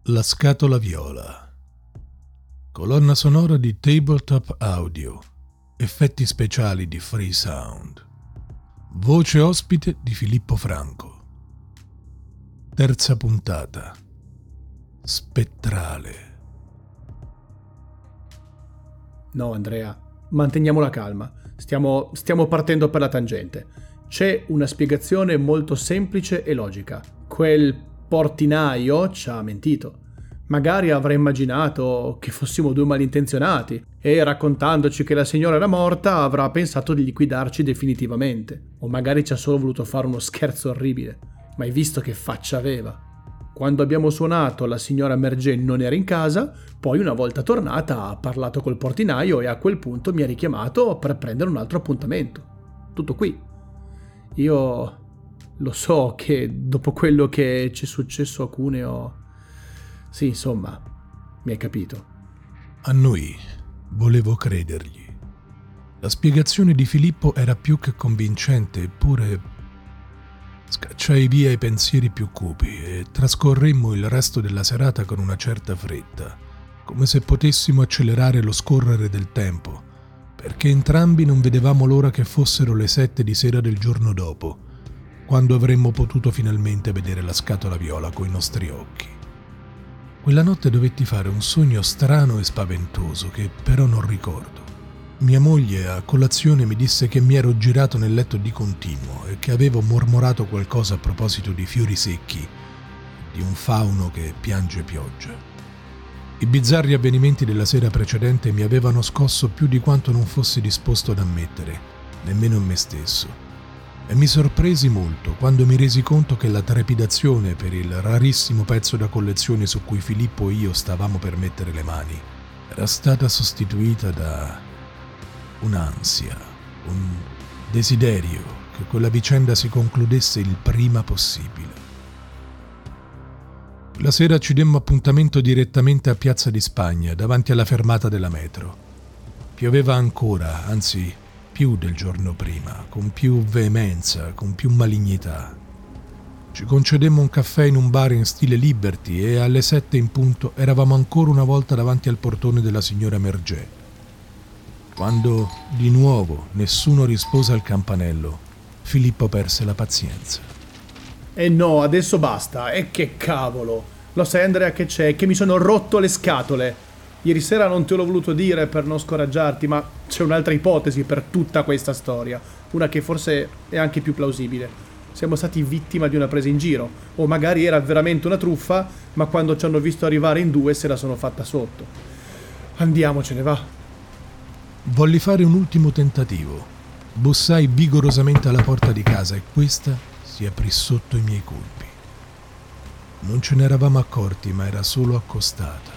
La scatola viola. Colonna sonora di Tabletop Audio. Effetti speciali di Freesound. Voce ospite di Filippo Franco. Terza puntata. Spettrale. No, Andrea, manteniamo la calma. Stiamo partendo per la tangente. C'è una spiegazione molto semplice e logica. Quel portinaio ci ha mentito. Magari avrà immaginato che fossimo due malintenzionati e, raccontandoci che la signora era morta, avrà pensato di liquidarci definitivamente. O magari ci ha solo voluto fare uno scherzo orribile. Ma hai visto che faccia aveva? Quando abbiamo suonato, la signora Merget non era in casa, poi una volta tornata ha parlato col portinaio e a quel punto mi ha richiamato per prendere un altro appuntamento. Tutto qui. Io lo so che dopo quello che ci è successo a Cuneo... Sì, insomma, mi hai capito. Annui. Volevo credergli. La spiegazione di Filippo era più che convincente, eppure scacciai via i pensieri più cupi e trascorremmo il resto della serata con una certa fretta, come se potessimo accelerare lo scorrere del tempo, perché entrambi non vedevamo l'ora che fossero le 7 di sera del giorno dopo, quando avremmo potuto finalmente vedere la scatola viola coi nostri occhi. Quella notte dovetti fare un sogno strano e spaventoso che però non ricordo. Mia moglie a colazione mi disse che mi ero girato nel letto di continuo e che avevo mormorato qualcosa a proposito di fiori secchi, di un fauno che piange pioggia. I bizzarri avvenimenti della sera precedente mi avevano scosso più di quanto non fossi disposto ad ammettere, nemmeno a me stesso. E mi sorpresi molto quando mi resi conto che la trepidazione per il rarissimo pezzo da collezione su cui Filippo e io stavamo per mettere le mani era stata sostituita da un'ansia, un desiderio che quella vicenda si concludesse il prima possibile. La sera ci demmo appuntamento direttamente a Piazza di Spagna, davanti alla fermata della metro. Pioveva ancora, anzi più del giorno prima, con più veemenza, con più malignità. Ci concedemmo un caffè in un bar in stile Liberty e alle 7 in punto eravamo ancora una volta davanti al portone della signora Merget. Quando, di nuovo, nessuno rispose al campanello, Filippo perse la pazienza. No, adesso basta. E che cavolo! Lo sai, Andrea, che c'è? Che mi sono rotto le scatole. Ieri sera non te l'ho voluto dire per non scoraggiarti, ma c'è un'altra ipotesi per tutta questa storia. Una che forse è anche più plausibile. Siamo stati vittima di una presa in giro. O magari era veramente una truffa, ma quando ci hanno visto arrivare in due se la sono fatta sotto. Andiamocene, va. Volli fare un ultimo tentativo. Bussai vigorosamente alla porta di casa e questa si aprì sotto i miei colpi. Non ce ne eravamo accorti, ma era solo accostata.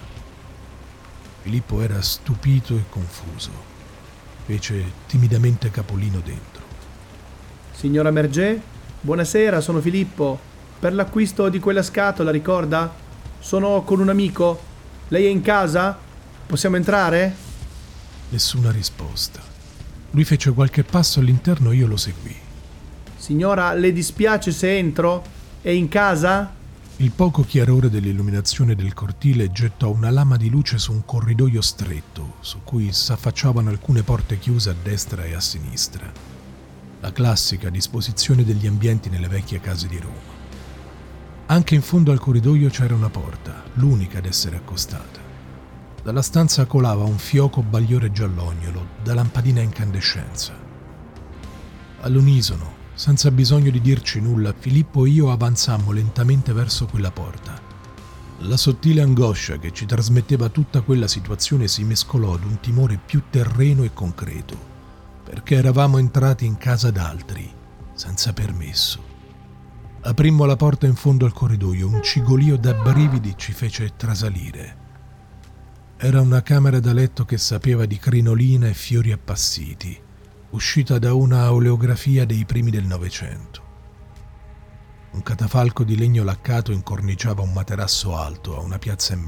Filippo era stupito e confuso. Fece timidamente capolino dentro. Signora Merget, buonasera, sono Filippo. Per l'acquisto di quella scatola, ricorda? Sono con un amico. Lei è in casa? Possiamo entrare? Nessuna risposta. Lui fece qualche passo all'interno e io lo seguì. Signora, le dispiace se entro? È in casa? Il poco chiarore dell'illuminazione del cortile gettò una lama di luce su un corridoio stretto, su cui s'affacciavano alcune porte chiuse a destra e a sinistra. La classica disposizione degli ambienti nelle vecchie case di Roma. Anche in fondo al corridoio c'era una porta, l'unica ad essere accostata. Dalla stanza colava un fioco bagliore giallognolo, da lampadina a incandescenza. All'unisono, senza bisogno di dirci nulla, Filippo e io avanzammo lentamente verso quella porta. La sottile angoscia che ci trasmetteva tutta quella situazione si mescolò ad un timore più terreno e concreto, perché eravamo entrati in casa d'altri, senza permesso. Aprimmo la porta in fondo al corridoio, un cigolio da brividi ci fece trasalire. Era una camera da letto che sapeva di crinolina e fiori appassiti, uscita da una oleografia dei primi del Novecento. Un catafalco di legno laccato incorniciava un materasso alto a 1,5 piazza.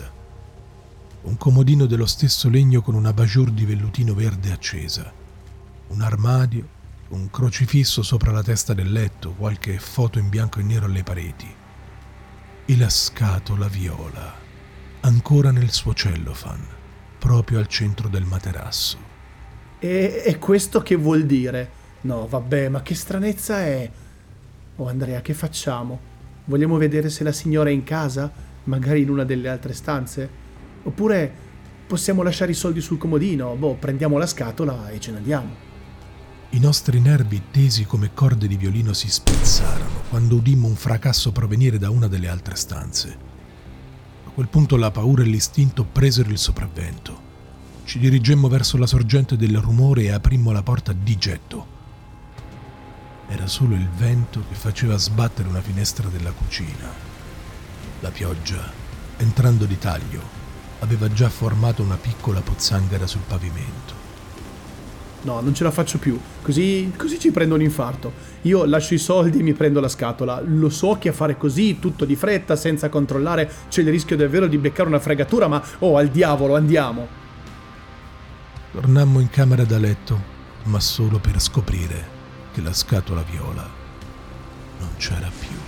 Un comodino dello stesso legno con una bajour di vellutino verde accesa. Un armadio, un crocifisso sopra la testa del letto, qualche foto in bianco e nero alle pareti. e la scatola viola, ancora nel suo cellophane, proprio al centro del materasso. E questo che vuol dire? No, vabbè, ma che stranezza è? Oh Andrea, che facciamo? Vogliamo vedere se la signora è in casa? Magari in una delle altre stanze? Oppure possiamo lasciare i soldi sul comodino? Prendiamo la scatola e ce ne andiamo. I nostri nervi tesi come corde di violino si spezzarono quando udimmo un fracasso provenire da una delle altre stanze. A quel punto la paura e l'istinto presero il sopravvento. Ci dirigemmo verso la sorgente del rumore e aprimmo la porta di getto. Era solo il vento che faceva sbattere una finestra della cucina. La pioggia, entrando di taglio, aveva già formato una piccola pozzanghera sul pavimento. No, non ce la faccio più. Così ci prendo un infarto. Io lascio i soldi e mi prendo la scatola. Lo so che a fare così, tutto di fretta, senza controllare, c'è il rischio davvero di beccare una fregatura, ma al diavolo, andiamo. Tornammo in camera da letto, ma solo per scoprire che la scatola viola non c'era più.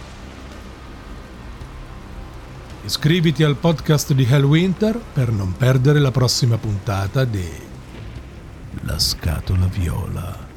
Iscriviti al podcast di Hellwinter per non perdere la prossima puntata di La scatola viola.